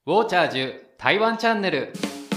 ウォーチャージュ台湾チャンネル。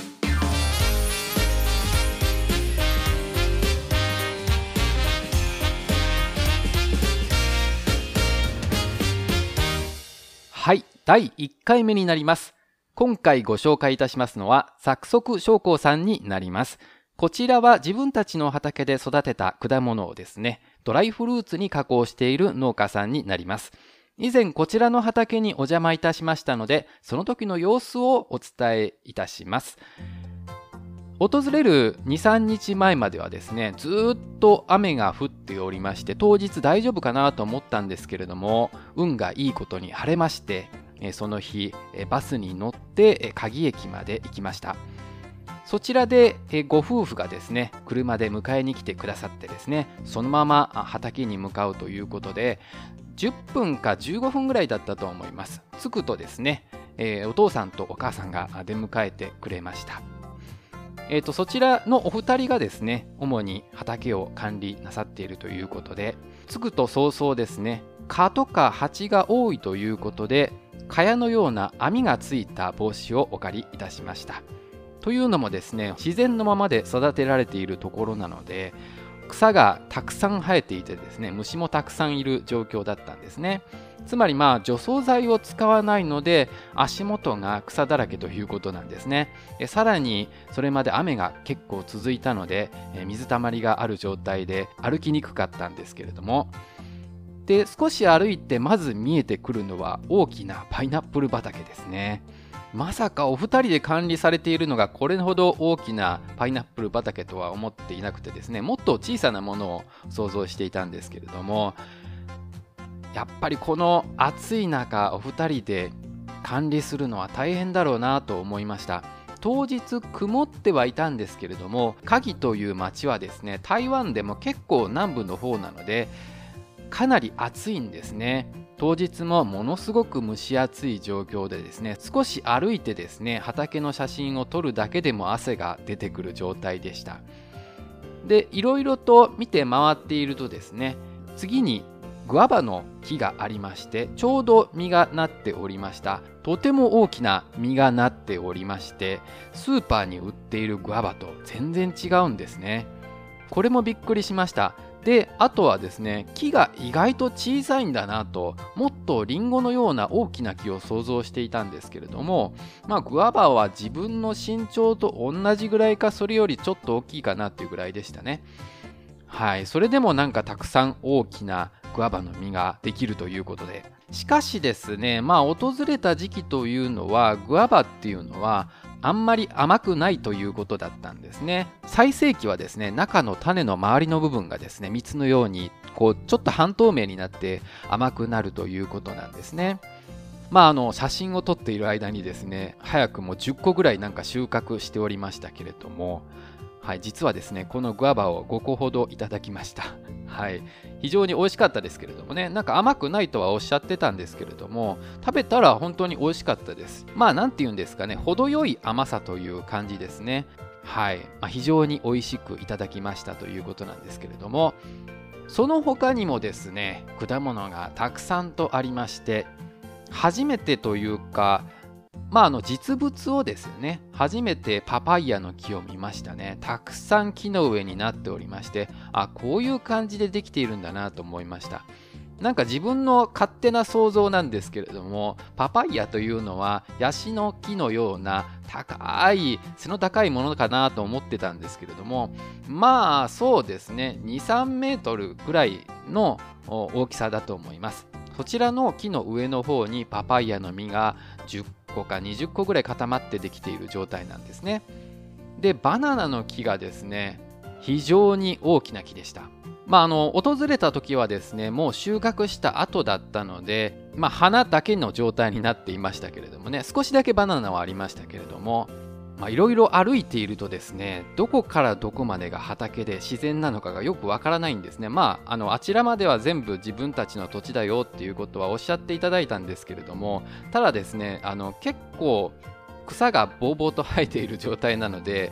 はい、第1回目になります。今回ご紹介いたしますのはサクソク商工さんになります。こちらは自分たちの畑で育てた果物をですね、ドライフルーツに加工している農家さんになります。以前こちらの畑にお邪魔いたしましたので、その時の様子をお伝えいたします。訪れる 2,3 日前まではですね、ずっと雨が降っておりまして、当日大丈夫かなと思ったんですけれども、運がいいことに晴れまして、その日バスに乗って嘉義駅まで行きました。そちらでご夫婦がですね、車で迎えに来てくださってですね、そのまま畑に向かうということで、10分か15分ぐらいだったと思います。着くとですね、お父さんとお母さんが出迎えてくれました。そちらのお二人がですね、主に畑を管理なさっているということで、着くと早々ですね、蚊とか蜂が多いということで、蚊帳のような網がついた帽子をお借りいたしました。というのもですね、自然のままで育てられているところなので、草がたくさん生えていてですね、虫もたくさんいる状況だったんですね。つまり除草剤を使わないので、足元が草だらけということなんですね。さらにそれまで雨が結構続いたので、水たまりがある状態で歩きにくかったんですけれども、で少し歩いてまず見えてくるのは大きなパイナップル畑ですね。まさかお二人で管理されているのがこれほど大きなパイナップル畑とは思っていなくてですね、もっと小さなものを想像していたんですけれども、やっぱりこの暑い中お二人で管理するのは大変だろうなと思いました。当日曇ってはいたんですけれども、嘉義という町はですね、台湾でも結構南部の方なのでかなり暑いんですね。当日もものすごく蒸し暑い状況でですね、少し歩いてですね、畑の写真を撮るだけでも汗が出てくる状態でした。で、いろいろと見て回っているとですね、次にグアバの木がありまして、ちょうど実がなっておりました。とても大きな実がなっておりまして、スーパーに売っているグアバと全然違うんですね。これもびっくりしました。で、あとはですね、木が意外と小さいんだなと、もっとリンゴのような大きな木を想像していたんですけれども、グアバは自分の身長と同じぐらいか、それよりちょっと大きいかなっていうぐらいでしたね。はい、それでもなんかたくさん大きなグアバの実ができるということで、しかしですね、訪れた時期というのはグアバっていうのはあんまり甘くないということだったんですね。最盛期はですね、中の種の周りの部分がですね、蜜のようにちょっと半透明になって甘くなるということなんですね。写真を撮っている間にですね、早くも10個ぐらいなんか収穫しておりましたけれども、はい、実はですね、このグアバを5個ほどいただきました。はい、非常に美味しかったですけれどもね、なんか甘くないとはおっしゃってたんですけれども、食べたら本当に美味しかったです。なんて言うんですかね、程よい甘さという感じですね。はい、非常に美味しくいただきましたということなんですけれども、その他にもですね、果物がたくさんとありまして、初めてというか、実物をですよね、初めてパパイヤの木を見ましたね。たくさん木の上になっておりまして、こういう感じでできているんだなと思いました。なんか自分の勝手な想像なんですけれども、パパイヤというのはヤシの木のような高い背の高いものかなと思ってたんですけれども、そうですね、2、3メートルぐらいの大きさだと思います。そちらの木の上の方にパパイヤの実が10個か20個ぐらい固まってできている状態なんですね。で、バナナの木がですね、非常に大きな木でした。訪れた時はですね、もう収穫した後だったので、花だけの状態になっていましたけれどもね、少しだけバナナはありましたけれども、いろいろ歩いているとですね、どこからどこまでが畑で自然なのかがよくわからないんですね。あちらまでは全部自分たちの土地だよっていうことはおっしゃっていただいたんですけれども、ただですね、結構草がぼうぼうと生えている状態なので、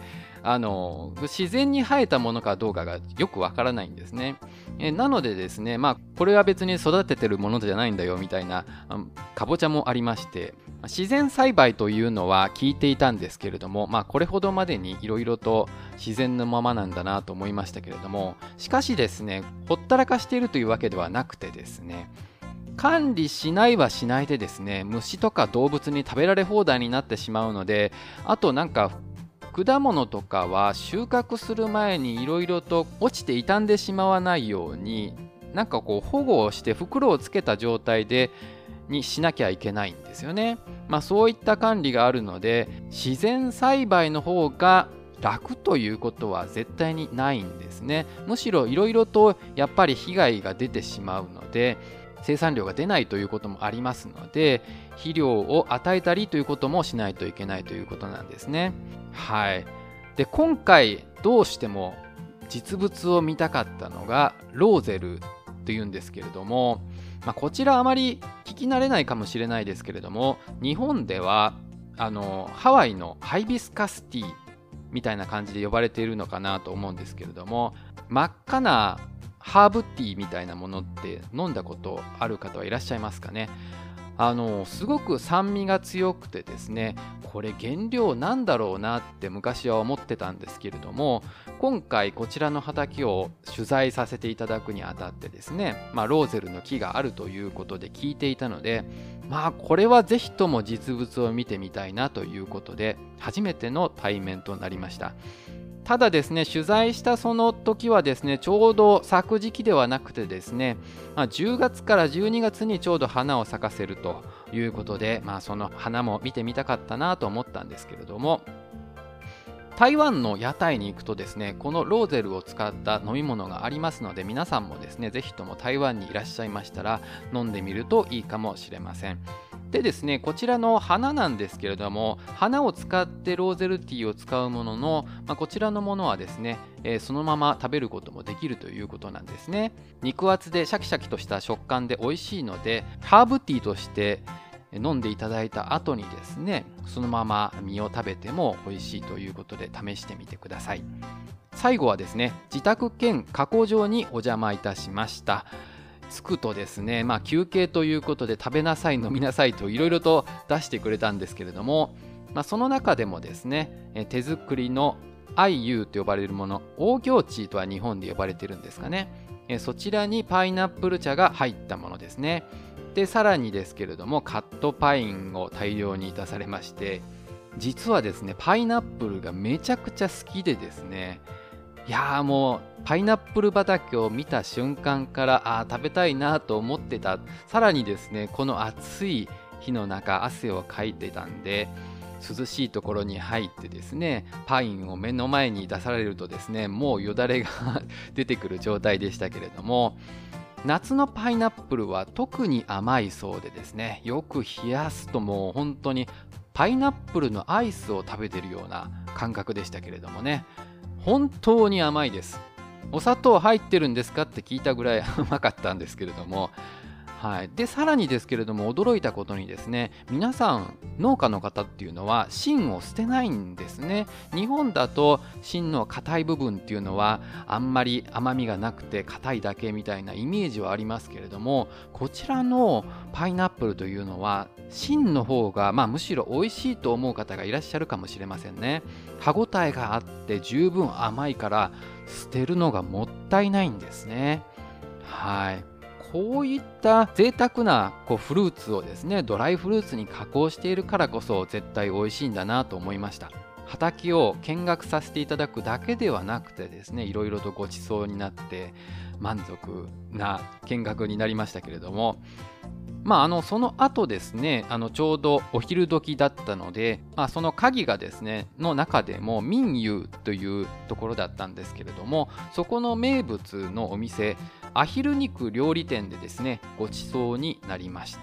自然に生えたものかどうかがよくわからないんですね。なのでですね、これは別に育ててるものじゃないんだよみたいなかぼちゃもありまして、自然栽培というのは聞いていたんですけれども、これほどまでにいろいろと自然のままなんだなと思いましたけれども、しかしですね、ほったらかしているというわけではなくてですね、管理しないはしないでですね、虫とか動物に食べられ放題になってしまうので、あと果物とかは収穫する前にいろいろと落ちて傷んでしまわないように保護をして袋をつけた状態にしなきゃいけないんですよね。そういった管理があるので、自然栽培の方が楽ということは絶対にないんですね。むしろいろいろとやっぱり被害が出てしまうので、生産量が出ないということもありますので、肥料を与えたりということもしないといけないということなんですね。はい。で、今回どうしても実物を見たかったのがローゼルというんですけれども、こちらあまり聞き慣れないかもしれないですけれども、日本ではハワイのハイビスカスティーみたいな感じで呼ばれているのかなと思うんですけれども、真っ赤なハーブティーみたいなものって飲んだことある方はいらっしゃいますかね。すごく酸味が強くてですね、これ原料なんだろうなって昔は思ってたんですけれども、今回こちらの畑を取材させていただくにあたってですね、ローゼルの木があるということで聞いていたので、これはぜひとも実物を見てみたいなということで、初めての対面となりました。ただですね、取材したその時はですね、ちょうど咲く時期ではなくてですね、10月から12月にちょうど花を咲かせるということで、その花も見てみたかったなと思ったんですけれども、台湾の屋台に行くとですね、このローゼルを使った飲み物がありますので、皆さんもですね、ぜひとも台湾にいらっしゃいましたら飲んでみるといいかもしれません。でですね、こちらの花なんですけれども、花を使ってローゼルティーを使うものの、こちらのものはですね、そのまま食べることもできるということなんですね。肉厚でシャキシャキとした食感で美味しいので、ハーブティーとして飲んでいただいた後にですね、そのまま実を食べても美味しいということで試してみてください。最後はですね、自宅兼加工場にお邪魔いたしました。着くとですね、休憩ということで食べなさい飲みなさいといろいろと出してくれたんですけれども、その中でもですね、手作りのIU と呼ばれるもの、オーギョーチーとは日本で呼ばれてるんですかね、そちらにパイナップル茶が入ったものですね。でさらにですけれども、カットパインを大量に出されまして、実はですね、パイナップルがめちゃくちゃ好きでですね、いやーもうパイナップル畑を見た瞬間から食べたいなと思ってた。さらにですね、この暑い日の中汗をかいてたんで、涼しいところに入ってですね、パインを目の前に出されるとですね、もうよだれが出てくる状態でしたけれども、夏のパイナップルは特に甘いそうでですね、よく冷やすともう本当にパイナップルのアイスを食べてるような感覚でしたけれどもね、本当に甘いです。お砂糖入ってるんですかって聞いたぐらい甘かったんですけれども、でさらにですけれども、驚いたことにですね、皆さん農家の方っていうのは芯を捨てないんですね。日本だと芯の硬い部分っていうのはあんまり甘みがなくて硬いだけみたいなイメージはありますけれども、こちらのパイナップルというのは芯の方がむしろ美味しいと思う方がいらっしゃるかもしれませんね。歯ごたえがあって十分甘いから捨てるのがもったいないんですね。こういった贅沢なフルーツをですね、ドライフルーツに加工しているからこそ絶対美味しいんだなと思いました。畑を見学させていただくだけではなくてですね、いろいろとご馳走になって満足な見学になりましたけれども、その後ですね、ちょうどお昼時だったので、その鍵がですねの中でも民友というところだったんですけれども、そこの名物のお店、アヒル肉料理店でですねご馳走になりました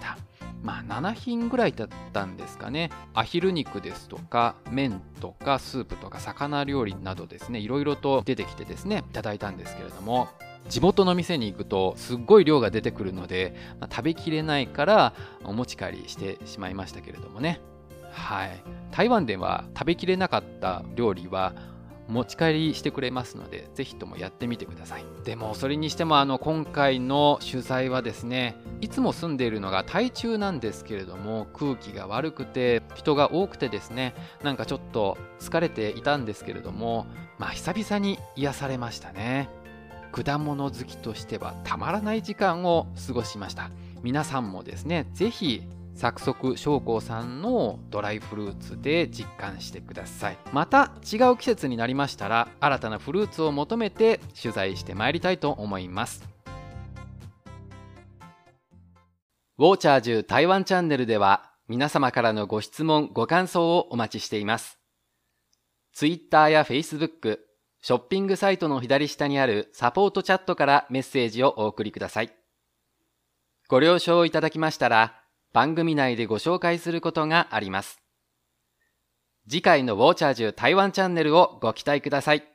。7品ぐらいだったんですかね。アヒル肉ですとか麺とかスープとか魚料理などですね、いろいろと出てきてですねいただいたんですけれども、地元の店に行くとすっごい量が出てくるので、食べきれないからお持ち帰りしてしまいましたけれどもね。台湾では食べきれなかった料理は持ち帰りしてくれますので、ぜひともやってみてください。でもそれにしても今回の取材はですね、いつも住んでいるのが台中なんですけれども、空気が悪くて人が多くてですね、なんかちょっと疲れていたんですけれども、久々に癒されましたね。果物好きとしてはたまらない時間を過ごしました。皆さんもですね、ぜひサクソク将校さんのドライフルーツで実感してください。また違う季節になりましたら、新たなフルーツを求めて取材してまいりたいと思います。ウォーチャージュ台湾チャンネルでは、皆様からのご質問ご感想をお待ちしています。Twitter や Facebook、ショッピングサイトの左下にあるサポートチャットからメッセージをお送りください。ご了承いただきましたら、番組内でご紹介することがあります。次回のウォーチャージュ台湾チャンネルをご期待ください。